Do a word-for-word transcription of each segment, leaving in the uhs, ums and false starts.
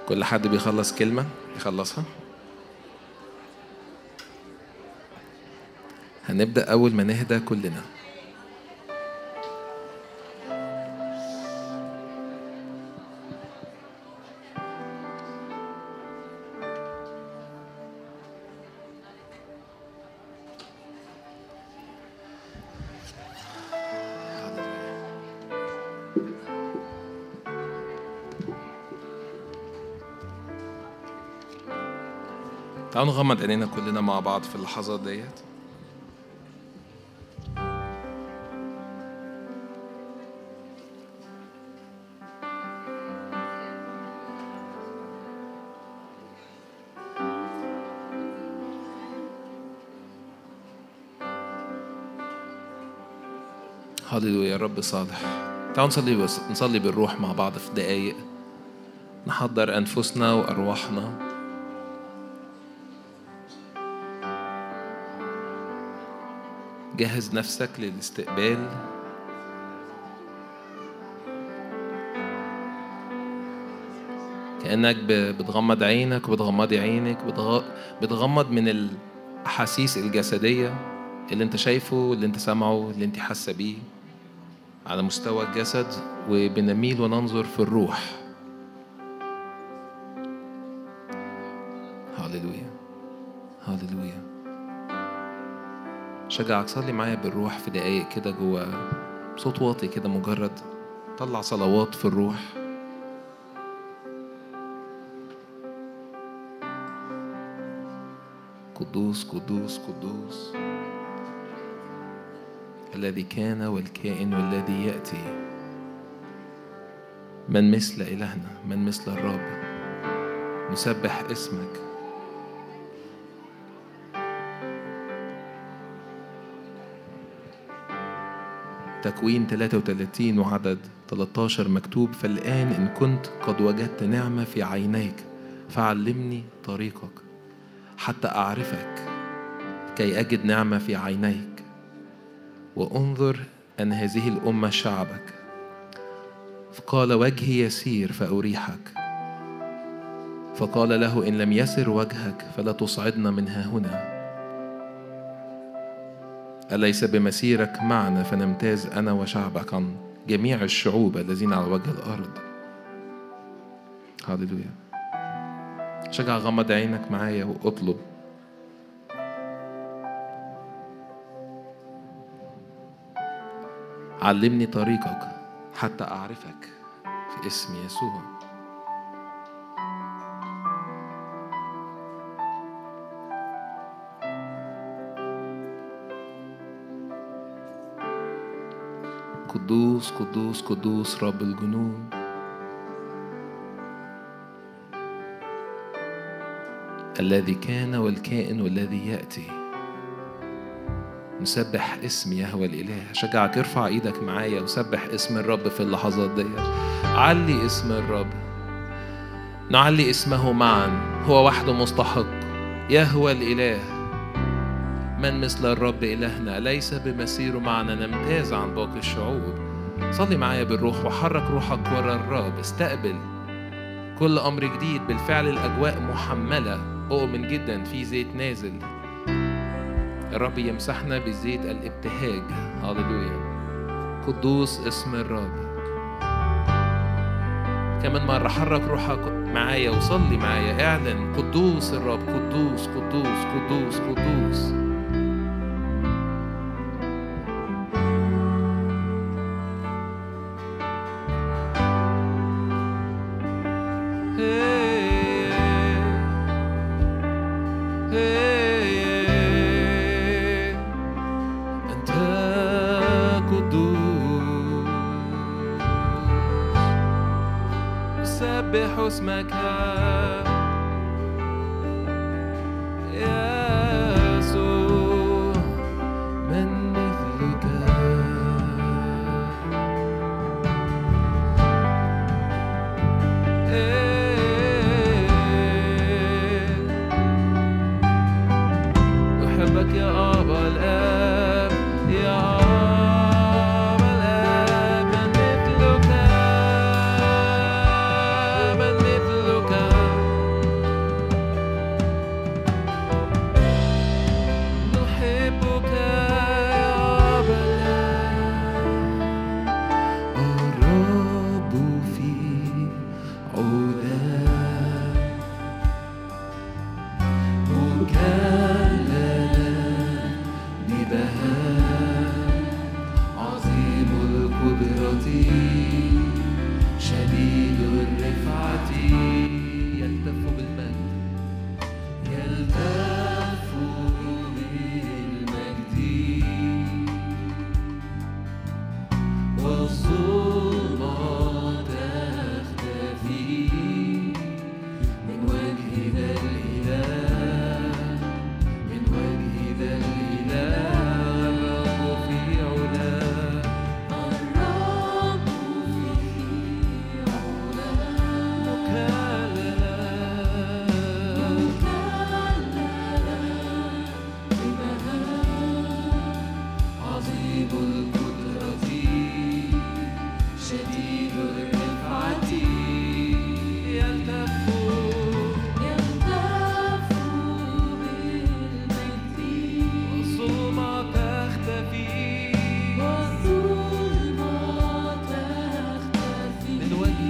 كل حد بيخلص كلمة يخلصها. هنبدأ أول ما نهدى كلنا. تعالوا نغمض عينينا كلنا مع بعض في اللحظات ديت. هللويا يا رب صالح. تعالوا نصلي بس نصلي بالروح مع بعض في دقايق، نحضر أنفسنا وأرواحنا. جهز نفسك للاستقبال. كأنك بتغمض عينك وبتغمضي عينك، بتغمض من الأحاسيس الجسدية اللي انت شايفه، اللي انت سامعه، اللي انت حاسة بيه على مستوى الجسد، وبنميل وننظر في الروح. هاليلويا هاليلويا. شجعك صلي معايا بالروح في دقايق كده جوا صوت واطي كده، مجرد طلع صلوات في الروح. قدوس قدوس قدوس الذي كان والكائن والذي يأتي. من مثل إلهنا، من مثل الرب. نسبح اسمك. تكوين ثلاثة وثلاثين وعدد ثلاثة عشر مكتوب: فالآن إن كنت قد وجدت نعمة في عينيك فعلمني طريقك حتى أعرفك، كي أجد نعمة في عينيك وأنظر أن هذه الأمة شعبك. فقال: وجهي يسير فأريحك. فقال له: إن لم يسر وجهك فلا تصعدنا من ها هنا. أليس بمسيرك معنا فنمتاز أنا وشعبك عن جميع الشعوب الذين على وجه الأرض. هاليلويا. شجع غمض عينك معايا وأطلب. علمني طريقك حتى أعرفك في اسم يسوع. قدوس قدوس قدوس رب الجنود، الذي كان والكائن والذي يأتي. نسبح اسم يهوه الإله. شجعك ارفع ايدك معايا وسبح اسم الرب في اللحظات دي. علي اسم الرب، نعلي اسمه معا. هو وحده مستحق. يهوه الإله، من مثل الرب إلهنا. ليس بمسيره معنا نمتاز عن باقي الشعوب. صلي معايا بالروح وحرك روحك ورا الرب. استقبل كل أمر جديد. بالفعل الأجواء محملة. أؤمن جدا في زيت نازل. الرب يمسحنا بزيت الابتهاج. هاليلويا. قدوس اسم الرب. كمان مرة حرك روحك معايا وصلي معايا. اعلن قدوس الرب. قدوس قدوس قدوس قدوس. اسمك يسوع، من مثلك. أحبك يا أبا الآب، يا من مثلك.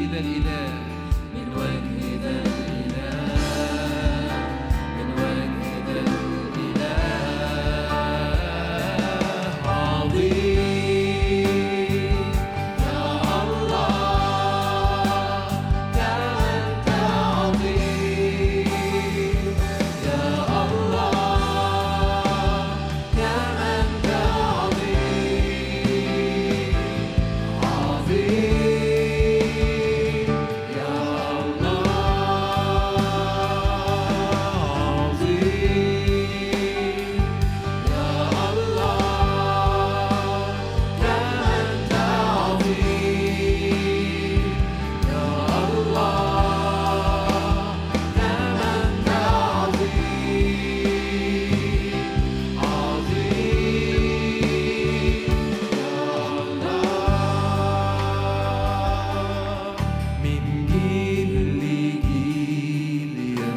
ذا الإله من وجه ذا الإله من وجه ذا الإله عظيم يا الله كم أنت عظيم يا الله كم أنت عظيم عظيم يا الله عظيم يا الله كم أنت عظيم يا الله كم أنت عظيم عظيم يا الله من جيل لجيل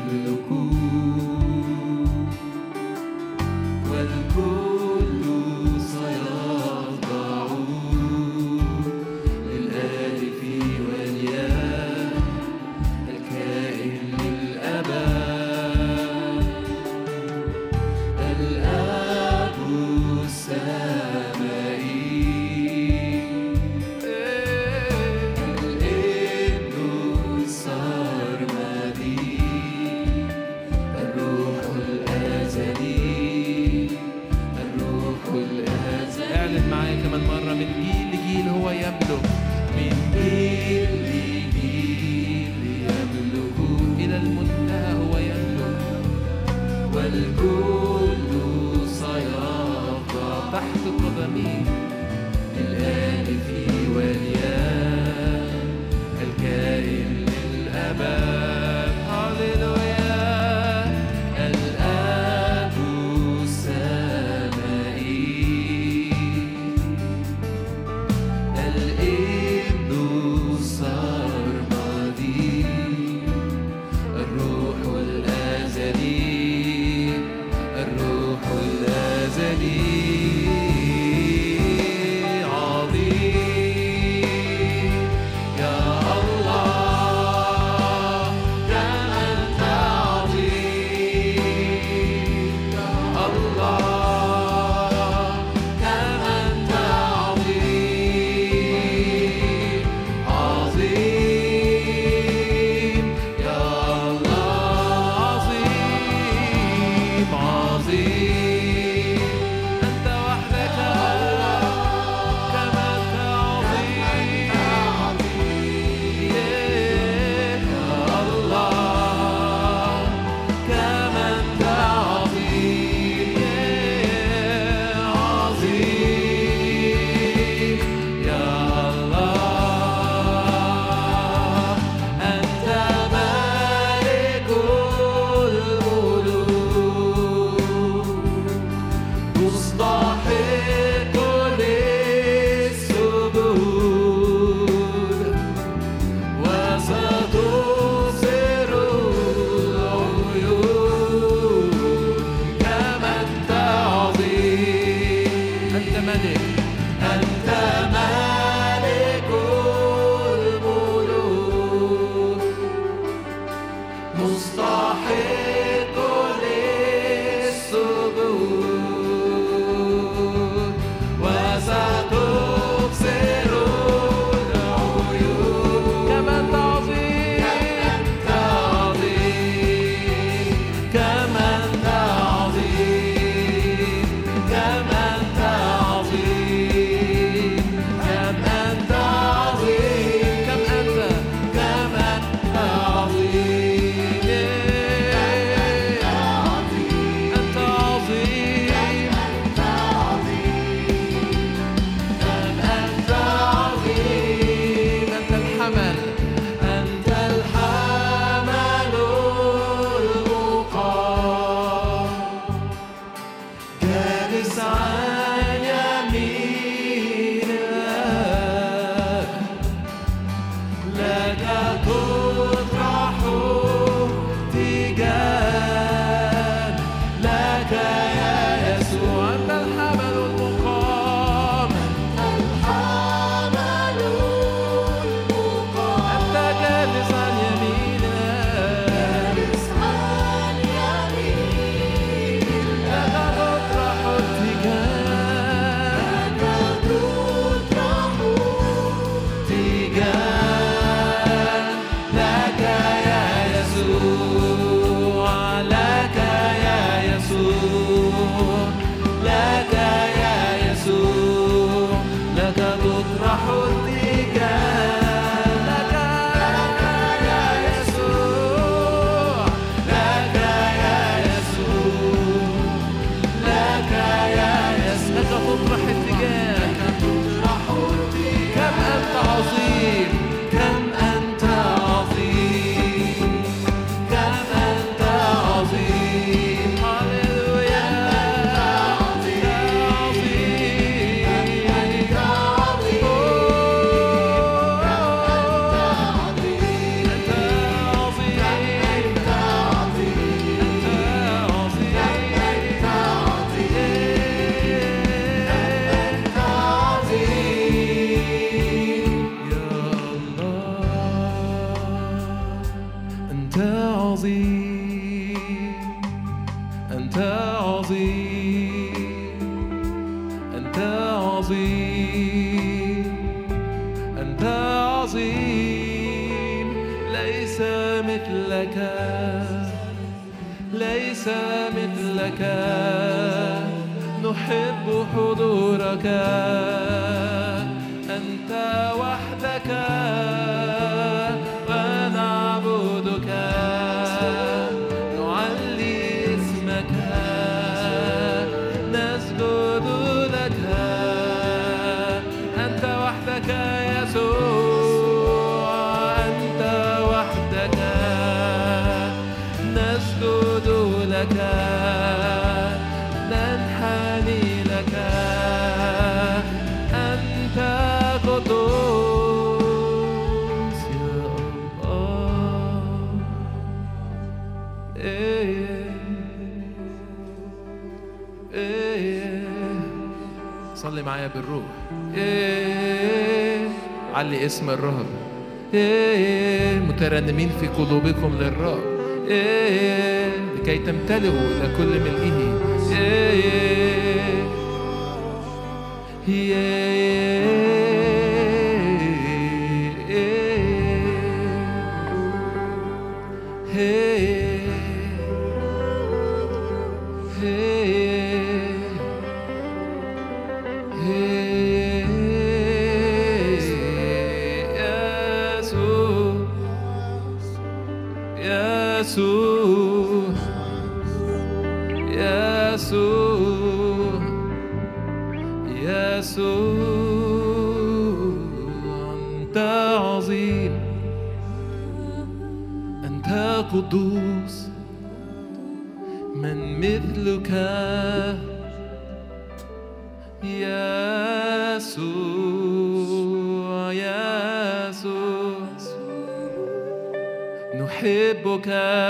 يملكون والكل سيخضعون للآلف والياء الكائن للأبد الآب السمائي الابن السرمدي الروح الأزلي الروح الأزلي اعلن معايا كمان مرة من جيل لجيل هو يملك من جيل لجيل يملك إلى المنتهى هو يملك والكل سيخضع تحت قدميه الآلف والياء الكائن للأبد هللويا الآب السمائي الابن السرمدي الروح الأزلي الروح الأزلي عظيم يا الله كم أنت عظيم يا الله كم أنت عظيم عظيم يا الله عظيم عظيم أنت وحدك كم أنت عظيم يا الله كم أنت عظيم عظيم يا الله أنت مالك الملوك مستحق للسجود وستبصر العيون كم أنت عظيم أنت ملك أنت مالك الملوك مستحق للسجود وستبصر العيون كم أنت عظيم أنت عظيم كم أنت عظيم كم أنت عظيم كم أنت عظيم كم أنت كم أنت عظيم أنت عظيم أنت عظيم كم أنت عظيم أنت الحمل أنت الحمل المقام جالس عن يمين الآب لك تطرح تيجان لك يا يسوع أنت الحمل المقام الحمل المقام جالس عن يمينك جالس عن يمينك لك تطرح التيجان لك تطرح تيجان لك يا يسوع لك يا يسوع لك يا يسوع لك تطرح التيجان لك يا يسوع لك يا يسوع لك يا يسوع لك تطرح التيجان كم أنت عظيم كم أنت عظيم كم أنت عظيم هللويا أنت عظيم أنت عظيم أنت عظيم أنت أنت عظيم أنت عظيم أنت عظيم أنت عظيم ليس مثلك ليس مثلك نحب حضورك أنت وحدك ونعبدك نعلي اسمك نسجد لك أنت وحدك يسوع أنت وحدك نسجد لك ننحني لك أنت قدوس يا الله إيه إيه صلي معايا بالروح إيه علي اسم الرب إيه مترنمين في قلوبكم للرب إيه لكي تمتلئوا إلى كل ملئه إيه يسوع يسوع يسوع أنت عظيم أنت قدوس من مثلك يسوع يسوع نحبك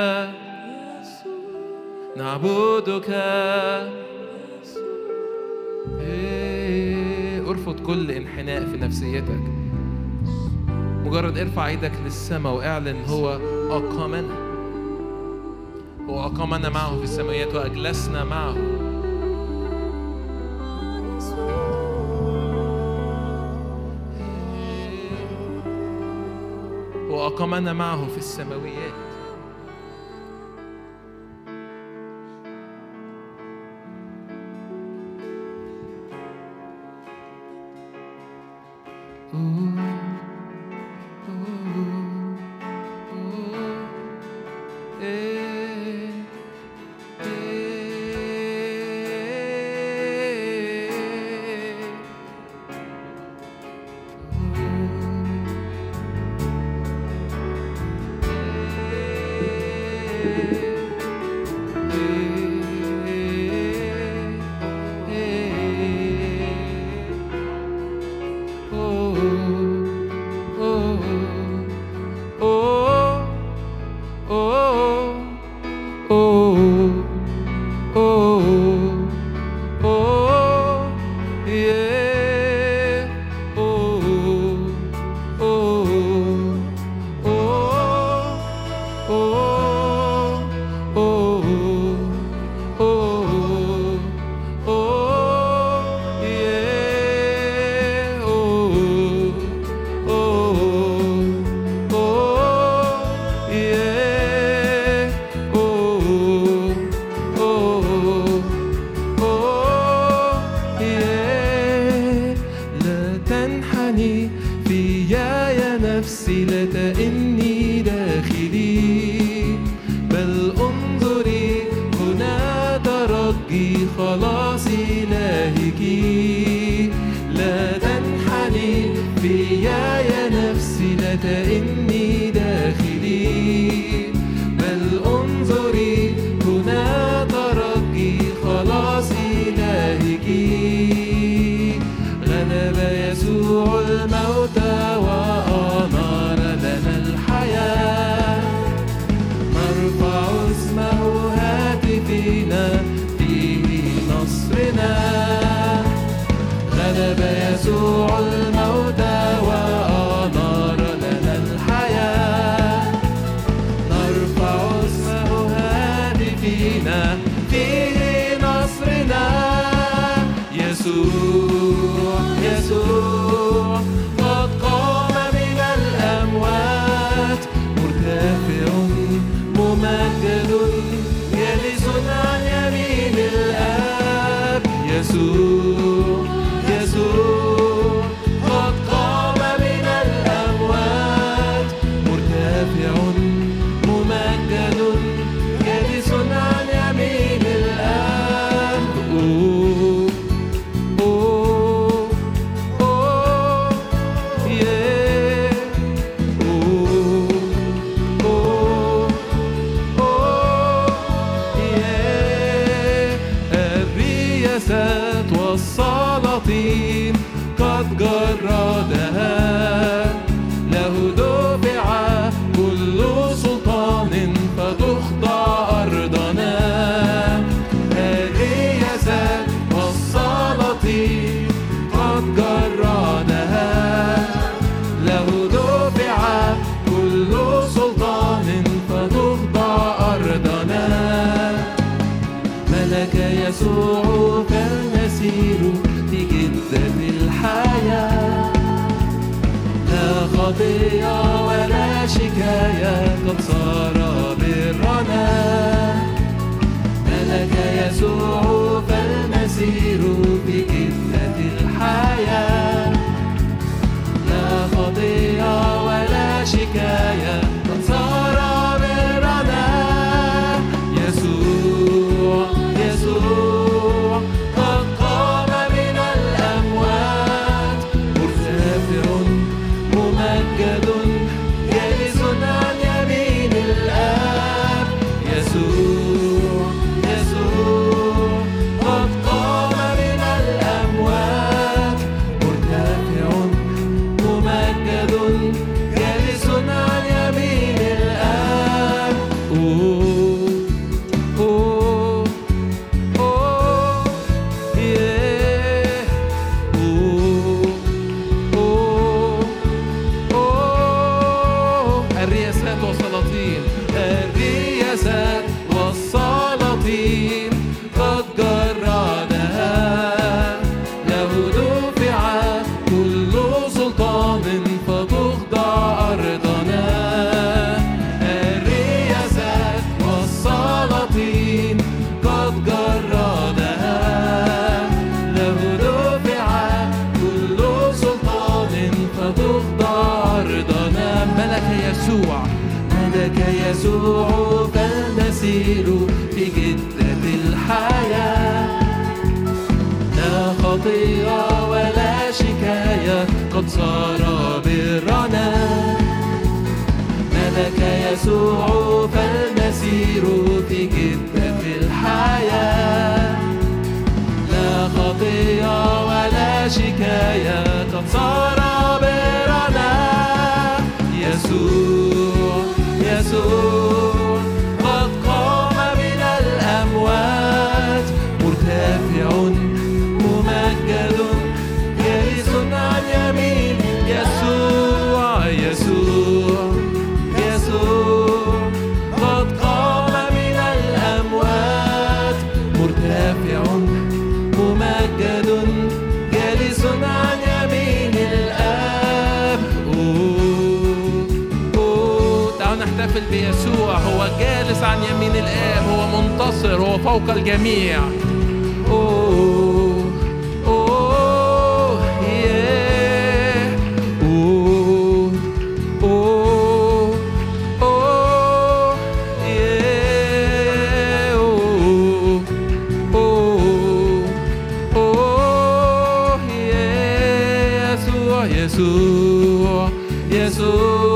نعبدك إيه، ارفض كل انحناء في نفسيتك مجرد ارفع ايدك للسماء واعلن هو أقامنا هو أقامنا معه في السماوات وأجلسنا معه هو أقامنا معه في السماويات مات إني داخلي، بل انظري هنا تركي خلاص إلهك. غلب يسوع الموت وأنار لنا الحياة، نرفع اسمه هاتفنا فيه نصرنا. غلب يسوع الموت وأنار لنا الحياة، نرفع اسمه هاتفنا فيه نصرنا. يسوع يسوع قد قام من الأموات، مرتفع ممجد جالس عن يمين الآب. يسوع يسوع قد قام من الأموات، مرتفع ممجد جالس عن يمين الآب. أوه أوه أوه yeah. أوه أوه أوه yeah. الرياسات والسلاطين قد جردها، له دفع كل سلطان فتخضع أرضنا. الرياسات والسلاطين قد جردها، له دفع كل سلطان فتخضع أرضنا. ملك يسوع فلنسير في جدة الحياة، لا خطية ولا شكاية قد صار برنا. ملك يسوع فلنسير في جدة الحياة، لا خطية ولا شكاية قد صار برنا. يسوع يسوع قد قام من الأموات، مرتفع ممجد جالس عن يمين الآب. يسوع يسوع قد قام من الأموات، مرتفع ممجد جالس عن يمين الآب. أوه أوه أوه yeah. أوه أوه أوه. الرياسات والسلاطين الرياسات والسلاطين قد جردها، له دفع كل سلطان فتخضع أرضنا. الرياسات والسلاطين قد جردها، له دفع كل سلطان فتخضع أرضنا. ملك يسوع ملك يسوع فلنسير في جدة الحياة، لا خطية ولا شكاية قد صار برنا. ملك يسوع فلنسير في جدة الحياة، لا خطية ولا شكاية قد صار برنا. يسوع يسوع قد قام من الأموات، مرتفع ممجد جالس عن يمين. يسوع يسوع يسوع قد قام من الأموات، مرتفع ممجد جالس عن يمين الآب. أوه أوه. تعالوا نحتفل بيسوع، هو جالس عن يمين الآب، هو منتصر، هو فوق الجميع. أوه أوه yeah. أوه أوه أوه yeah. أوه أوه أوه yeah. يسوع يسوع يسوع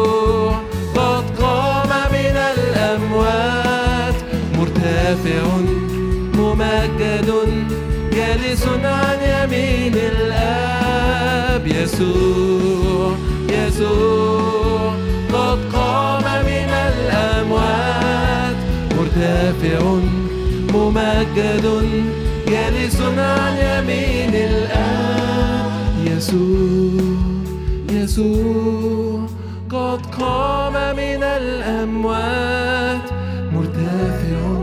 جالس عن يمين الآب. يسوع يسوع قد قام من الأموات، مرتفع ممجد جالس عن يمين الآب. يسوع يسوع قد قام من الأموات، مرتفع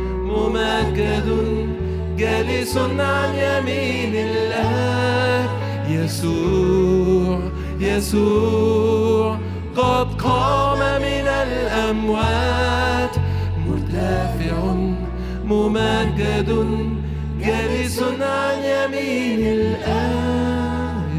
ممجد جالس عن يمين الآب. يسوع يسوع قد قام من الأموات، مرتفع ممجد جالس عن يمين الآب.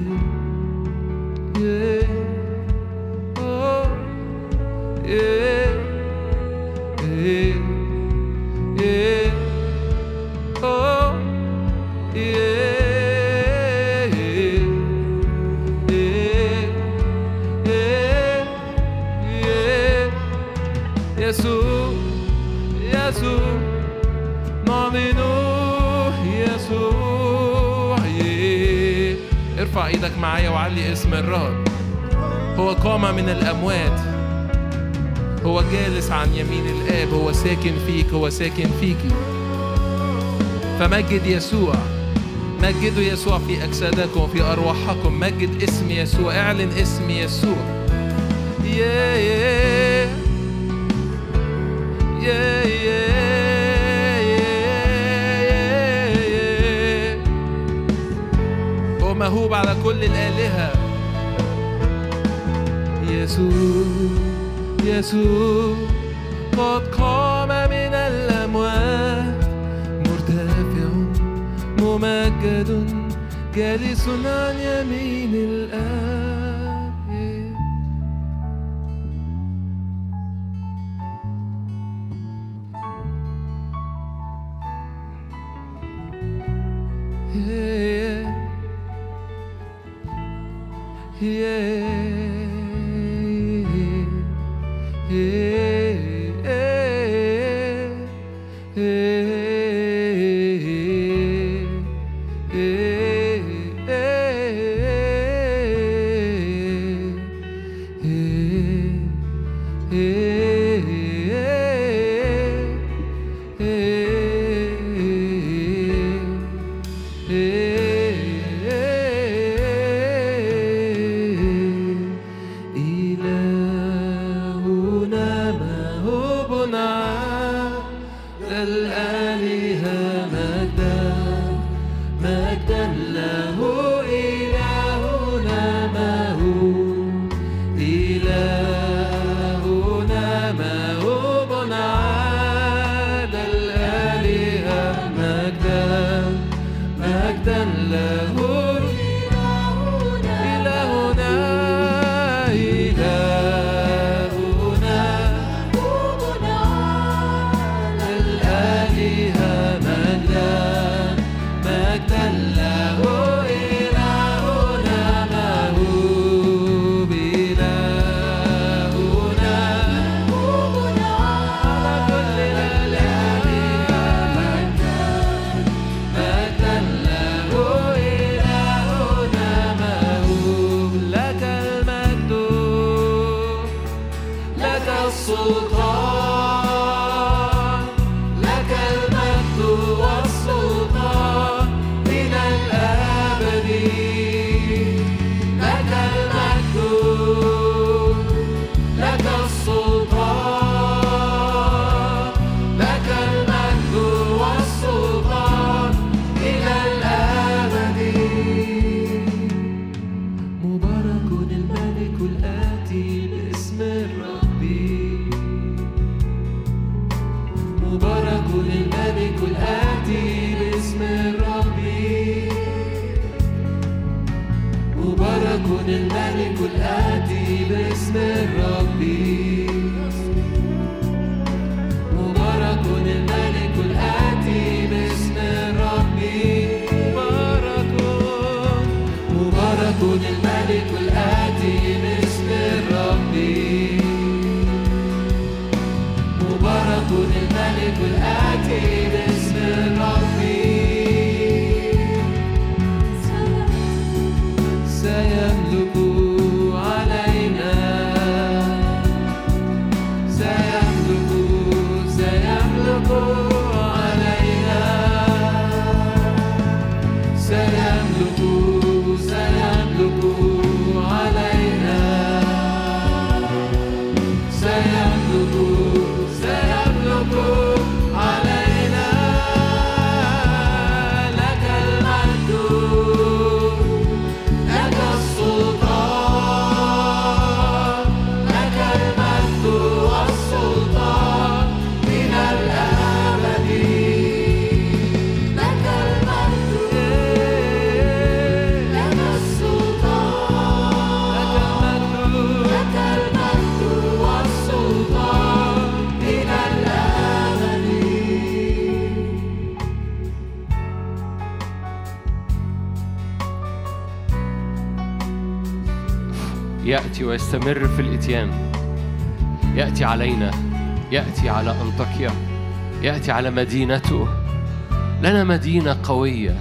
yeah. oh. yeah. yeah. yeah. oh. yeah. يسوع يسوع نعلن يسوع. ارفع ايدك معايا وعلي اسم الرب. هو قام من الأموات، هو جالس عن يمين الآب، هو ساكن فيك، هو ساكن فيكي. فمجد يسوع، مجدوا يسوع في أجسادكم وفي أرواحكم. مجد اسم يسوع، اعلن اسم يسوع. yeah, yeah. yeah, yeah, yeah, yeah. هو مهوب على كل الآلهة. يسوع يسوع قد قام من الأموات، مرتفع ممجد جالس عن يمين الآب. yeah, yeah, yeah, الملك الآتي باسم الرب. يأتي ويستمر في الإتيان. يأتي علينا، يأتي على أنطاكيا، يأتي على مدينته. لنا مدينة قوية.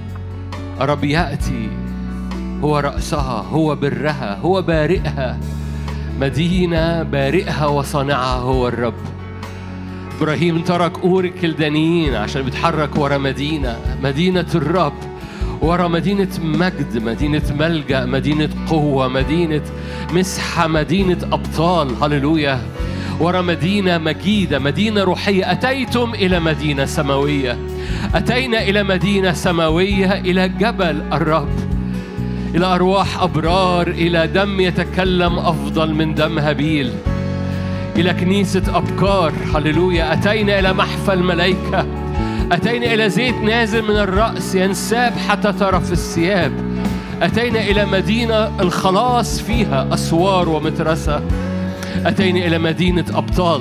رب يأتي، هو رأسها، هو برها، هو بارئها. مدينة بارئها وصانعها هو الرب. إبراهيم ترك أور الكلدانيين عشان بيتحرك ورا مدينة، مدينة الرب، ورا مدينة مجد، مدينة ملجأ، مدينة قوة، مدينة مسحة، مدينة أبطال. هللويا. ورا مدينة مجيدة، مدينة روحية. أتيتم إلى مدينة سماوية، أتينا إلى مدينة سماوية، إلى جبل الرب، إلى أرواح أبرار، إلى دم يتكلم أفضل من دم هابيل، إلى كنيسة أبكار. هللويا. أتينا إلى محفل ملائكة، أتينا إلى زيت نازل من الرأس ينساب حتى طرف الثياب. أتينا إلى مدينة الخلاص فيها أسوار ومترسة. أتينا إلى مدينة أبطال.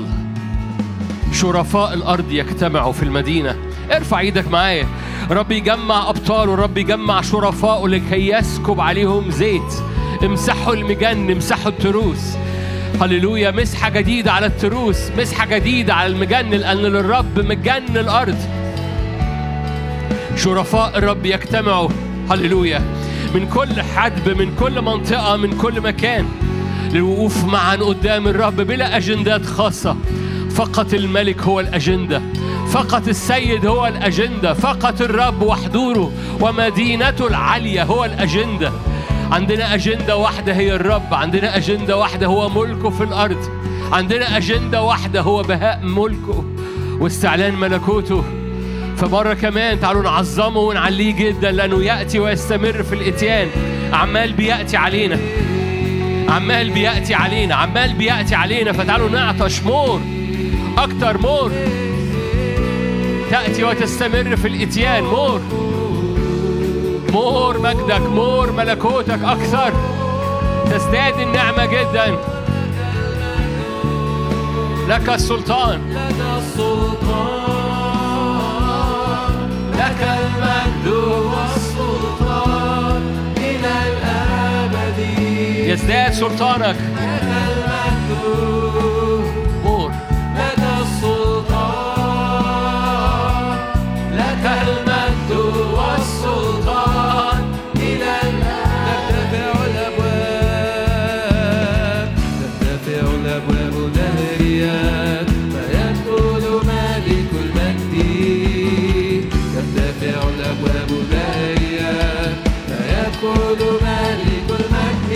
شرفاء الأرض يجتمعوا في المدينة. ارفع ايدك معايا. رب يجمع أبطال ورب يجمع شرفاء لكي يسكب عليهم زيت. امسحوا المجن، امسحوا التروس. هللويا. مسحة جديدة على التروس، مسحة جديدة على المجن، لأن للرب مجن الأرض. شرفاء الرب يجتمعوا. هللويا. من كل حدب، من كل منطقة، من كل مكان، للوقوف معا قدام الرب بلا أجندات خاصة. فقط الملك هو الأجندة، فقط السيد هو الأجندة، فقط الرب وحضوره ومدينته العالية هو الأجندة. عندنا أجندة واحدة هي الرب، عندنا أجندة واحدة هو ملكه في الأرض، عندنا أجندة واحدة هو بهاء ملكه واستعلان ملكوته. فمرة كمان تعالوا نعظمه ونعليه جدا، لأنه يأتي ويستمر في الإتيان. عمال بيأتي علينا، عمال بيأتي علينا، عمال بيأتي علينا. فتعالوا نعطش مور، أكتر مور. تأتي وتستمر في الإتيان. مور، مور مجدك، مور ملكوتك أكثر. تزداد النعمة جدا. لك السلطان، لك السلطان، لك المجد والسلطان إلى الأبد. يزداد سلطانك. لك المجد، مور، لك السلطان، لك المجد والسلطان إلى الأبد. ترتفع الأبواب، ترتفع الأبواب دهريات، فيدخل مالك المجد. ترتفع الأبواب دهريات، فيدخل مالك المجد.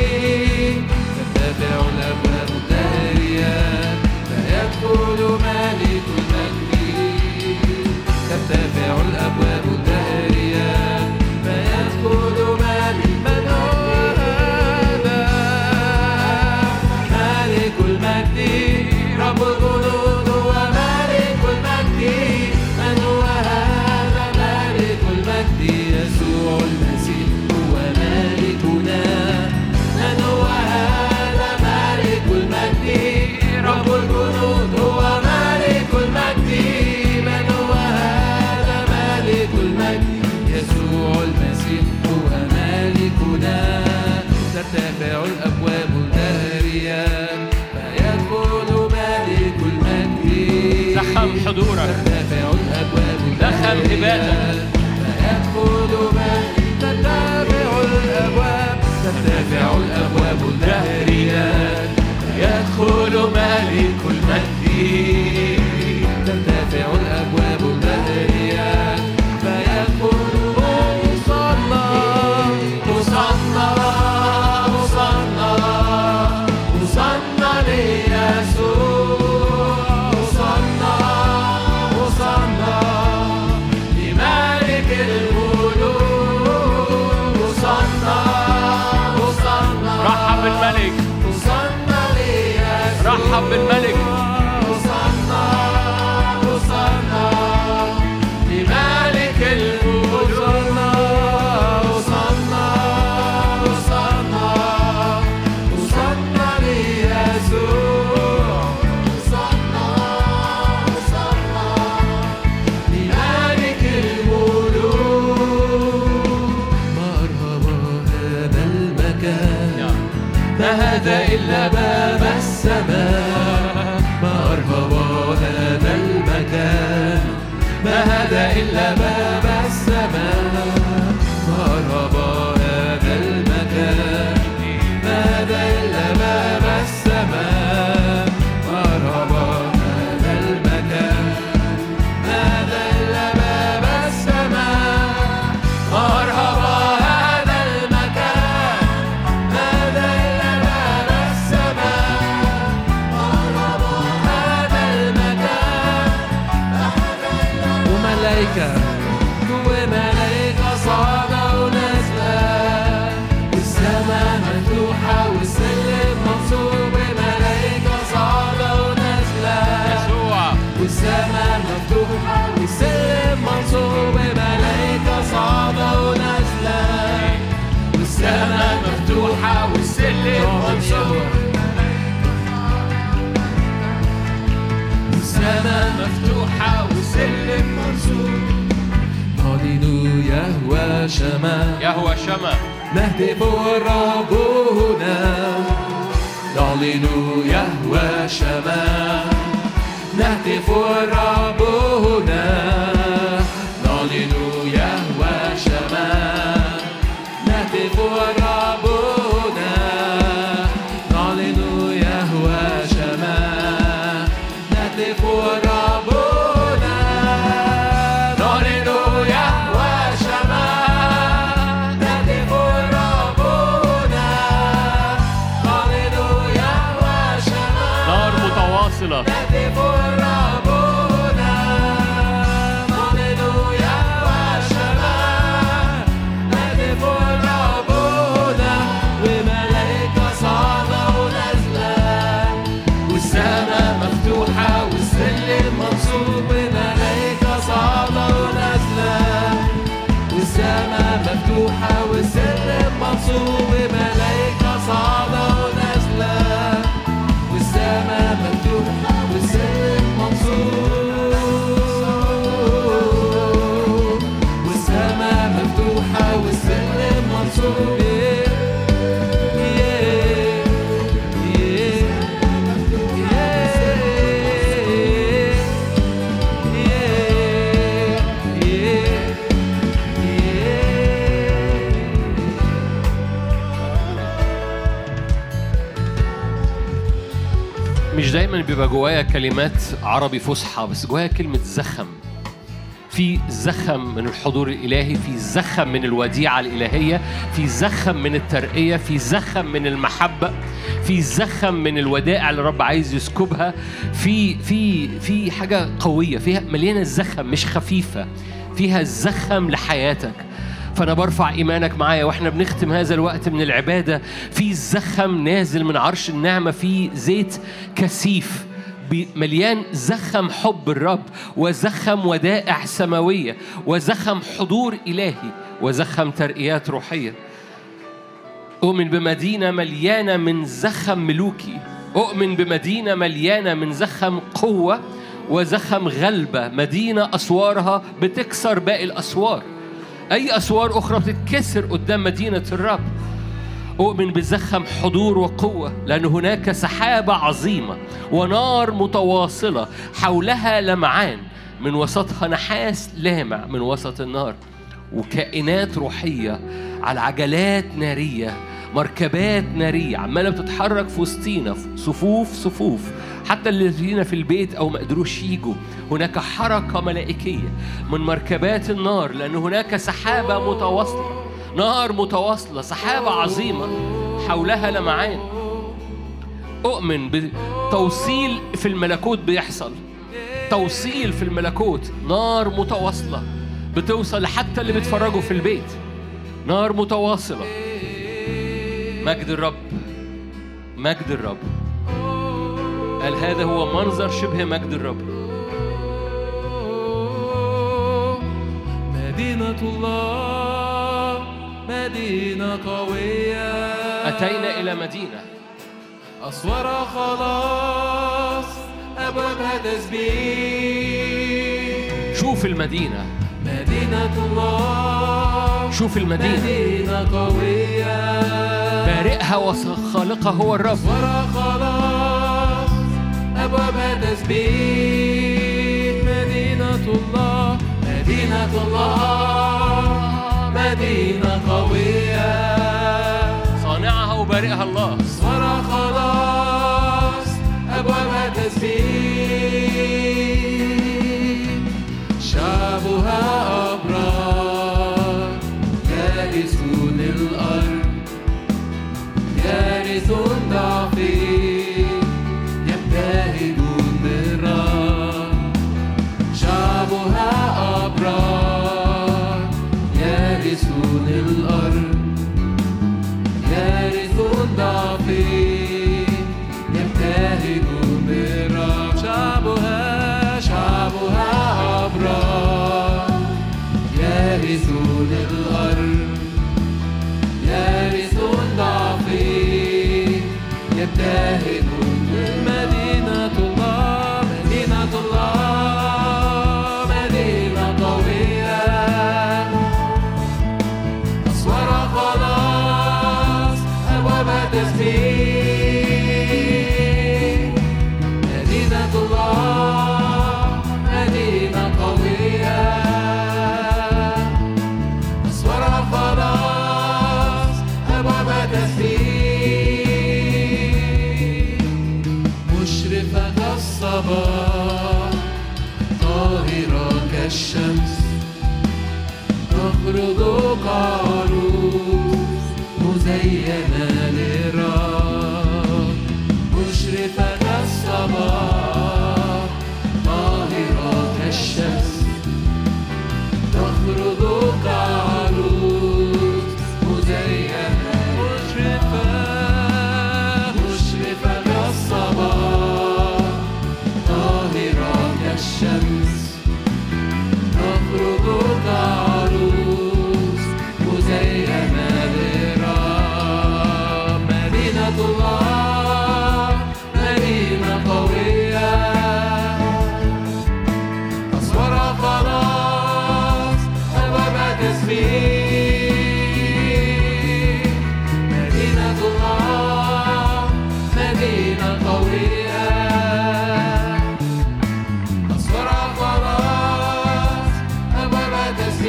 ترتفع الأبواب دهريات، فيدخل مالك المجد. ترتفع الأبواب الدهريات، فيدخل مالك. من هو هذا؟ مالك المجد، رب الجنود هو مالك المجد. من هو هذا؟ مالك المجد، يسوع المسيح هو مالكنا. من هو هذا؟ مالك المجد، رب الجنود هو مالك المجد. من هو هذا؟ مالك المجد، يسوع المسيح هو مالكنا. ترتفع الأبواب الدهريات، فيدخل مالك المجد. زخم حضورك، ترتفع الأبواب زخم هباتك، فيدخل مالك. ترتفع الأبواب، ترتفع الأبواب الدهريات، يدخل مالك المجد. ترتفع الأبواب الدهريات، فيدخل مصلى مصلى مصلى مصلى ليسوع. نرحب بالملك. إلا باب السماء، ما أرهب هذا المكان. ما هذا إلا باب السماء، ما أرهب هذا المكان. ما هذا إلا باب السماء، ما أرهب هذا المكان. ما هذا إلا باب السماء، ما أرهب هذا المكان. هذا إلا باب السماء، ما أرهب هذا المكان. وملائكة وملائكة صعدوا ونازلة، والسماء مفتوحة والسلم منصوب. وملائكة صعدوا ونازلة، والسماء مفتوحة والسلم منصوب. وملائكة صعدوا ونازلة، والسماء مفتوحة والسلم منصوب. والسماء مفتوحة والسلم منصوب. نعلن يهوى شما، يهوى شما، نهتف الرب هنا. نعلن يهوى شما، نهتف الرب هنا. نعلن يهوى شما، نهتف الرب هنا. نعلن يهوى شما، نهتف الرب هنا. نعلن يهوى شما، نهتف الرب هنا. نعلن يهوى شما، نار متواصلة. نهتف الرب هنا. نعلن يهوى شما، نهتف الرب هنا. وملائكة صاعدة ونازلة، والسماء مفتوحة والسلم منصوب. وملائكة صاعدة ونازلة، والسماء مفتوحة والسلم منصوب. وملائكة صاعدة ونازلة، والسماء مفتوحة والسلم منصوب. والسماء مفتوحة والسلم منصوب. مش دايما بيبقى جوايا كلمات عربي فصحى، بس جوايا كلمة زخم. في زخم من الحضور الإلهي، في زخم من الوديعة الإلهية، في زخم من الترقية، في زخم من المحبة، في زخم من الودائع اللي الرب عايز يسكبها. في في في حاجة قوية فيها، مليانة زخم، مش خفيفة، فيها زخم لحياتك. فأنا برفع إيمانك معايا وإحنا بنختم هذا الوقت من العبادة. في زخم نازل من عرش النعمة، في زيت كثيف مليان زخم حب الرب، وزخم ودائع سماوية، وزخم حضور إلهي، وزخم ترقيات روحية. أؤمن بمدينة مليانة من زخم ملوكي، أؤمن بمدينة مليانة من زخم قوة وزخم غلبة، مدينة أسوارها بتكسر باقي الأسوار. أي أسوار أخرى بتتكسر قدام مدينة الرب. أؤمن بزخم حضور وقوة، لأن هناك سحابة عظيمة ونار متواصلة حولها لمعان، من وسطها نحاس لامع من وسط النار، وكائنات روحية على عجلات نارية، مركبات نارية عمالة بتتحرك في وسطينا، صفوف صفوف. حتى اللي فينا في البيت أو ما قدروش يجوا، هناك حركة ملائكية من مركبات النار، لأن هناك سحابة متواصلة، نار متواصلة، سحابة عظيمة حولها لمعان. أؤمن بتوصيل في الملكوت بيحصل، توصيل في الملكوت، نار متواصلة بتوصل حتى اللي بيتفرجوا في البيت، نار متواصلة. مجد الرب، مجد الرب. قال هذا هو منظر شبه مجد الرب. مدينة الله مدينة قوية، أتينا إلى مدينة أسوارها خلاص أبوابها تسبيح. شوف المدينة، مدينة الله شوف المدينة، مدينة قوية، بارئها وخالقها هو الرب. أسوارها خلاص أبوابها تسبيح. مدينة الله مدينة الله مدينة قوية، صانعها وبارئها الله. أسوارها خلاص أبوابها تسبيح. شعبها أبرار يرثون الأرض، يرثون ضعفين يبتهجون بالرب. شعبها أبرار يرثون الأرض، يرثون ضعفين يبتهجون بالرب. شعبها شعبها أبرار يرثون الأرض، يرثون ضعفين يبتهجون. مدينة الله مدينة الله مدينة قوية، أسوارها خلاص أبوابها تسبيح. مدينة الله مدينة قوية، أسوارها خلاص أبوابها تسبيح. مشرفة كالصباح طاهرة كالشمس، تخرج كعروس مزينة للرب. مشرفة كالصباح طاهرة كالشمس، تخرج كعروس مزينة. مشرفة مشرفة كالصباح طاهرة كالشمس، تخرج كعروس مزينة للرب. مدينة الله مدينة قوية، أسوارها خلاص أبوابها تسبيح. مدينة الله مدينة قوية، أسوارها خلاص أبوابها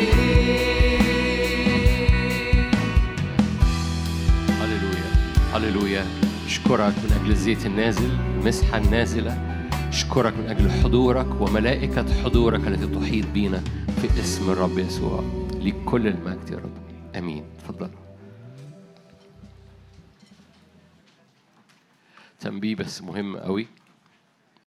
تسبيح. هللويا هللويا. اشكرك من أجل الزيت النازل، المسحة النازلة. اشكرك من أجل حضورك وملائكة حضورك التي تحيط بينا في اسم الرب يسوع. ليك كل المجد يا رب. امين. تفضل. تنبيه بس مهم قوي.